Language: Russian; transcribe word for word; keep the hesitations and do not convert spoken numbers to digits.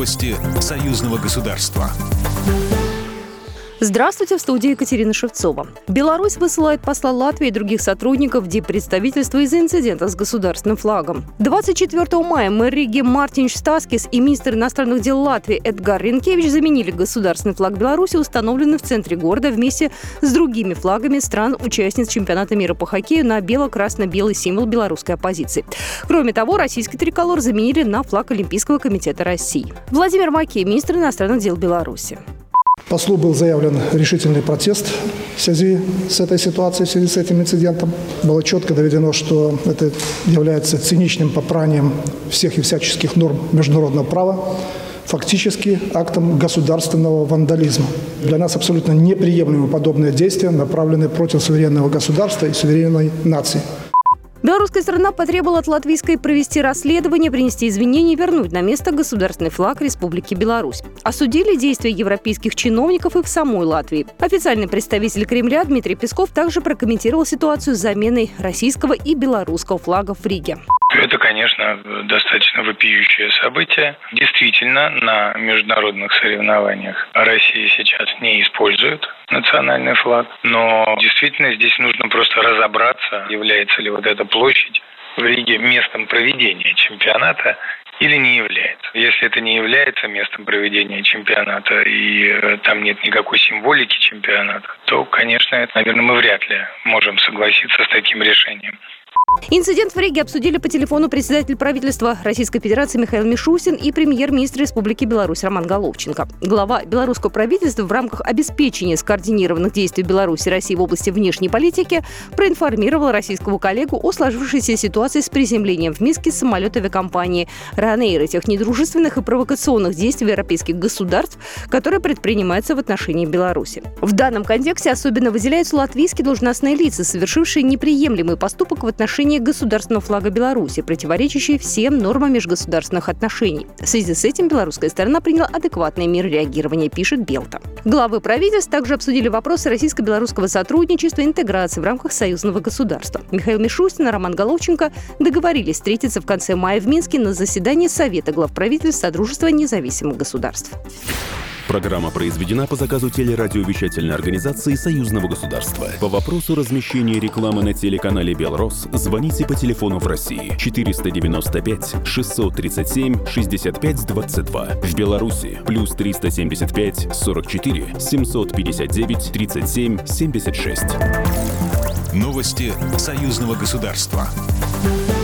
Новости союзного государства. Здравствуйте, в студии Екатерина Шевцова. Беларусь высылает посла Латвии и других сотрудников в диппредставительство из-за инцидента с государственным флагом. двадцать четвёртого мая мэр Риги Мартинš Staskis и министр иностранных дел Латвии Эдгар Ринкевич заменили государственный флаг Беларуси, установленный в центре города, вместе с другими флагами стран-участниц чемпионата мира по хоккею, на бело-красно-белый символ белорусской оппозиции. Кроме того, российский триколор заменили на флаг Олимпийского комитета России. Владимир Макеев, министр иностранных дел Беларуси. Послу был заявлен решительный протест в связи с этой ситуацией, в связи с этим инцидентом. Было четко доведено, что это является циничным попранием всех и всяческих норм международного права, фактически актом государственного вандализма. Для нас абсолютно неприемлемы подобные действия, направленные против суверенного государства и суверенной нации. Белорусская сторона потребовала от латвийской провести расследование, принести извинения и вернуть на место государственный флаг Республики Беларусь. Осудили действия европейских чиновников и в самой Латвии. Официальный представитель Кремля Дмитрий Песков также прокомментировал ситуацию с заменой российского и белорусского флагов в Риге. Это, конечно, достаточно вопиющее событие. Действительно, на международных соревнованиях Россия сейчас не использует национальный флаг, но действительно здесь нужно просто разобраться, является ли вот эта площадь в Риге местом проведения чемпионата или не является. Если это не является местом проведения чемпионата и там нет никакой символики чемпионата, то, конечно, это, наверное, мы вряд ли можем согласиться с таким решением. Инцидент в Риге обсудили по телефону председатель правительства Российской Федерации Михаил Мишустин и премьер-министр Республики Беларусь Роман Головченко. Глава белорусского правительства в рамках обеспечения скоординированных действий Беларуси и России в области внешней политики проинформировал российского коллегу о сложившейся ситуации с приземлением в Минске самолета авиакомпании Ryanair и тех недружественных и провокационных действий европейских государств, которые предпринимаются в отношении Беларуси. В данном контексте особенно выделяются латвийские должностные лица, совершившие неприемлемый поступок в отношении государственного флага Беларуси, противоречащий всем нормам межгосударственных отношений. В связи с этим белорусская сторона приняла адекватные меры реагирования, пишет Белта. Главы правительств также обсудили вопросы российско-белорусского сотрудничества и интеграции в рамках союзного государства. Михаил Мишустин и Роман Головченко договорились встретиться в конце мая в Минске на заседании Совета глав правительств Содружества независимых государств. Программа произведена по заказу телерадиовещательной организации Союзного государства. По вопросу размещения рекламы на телеканале «Белрос» звоните по телефону в России четыреста девяносто пять шестьсот тридцать семь шестьдесят пять двадцать два. В Беларуси плюс триста семьдесят пять сорок четыре семьсот пятьдесят девять тридцать семь семьдесят шесть. Новости союзного государства.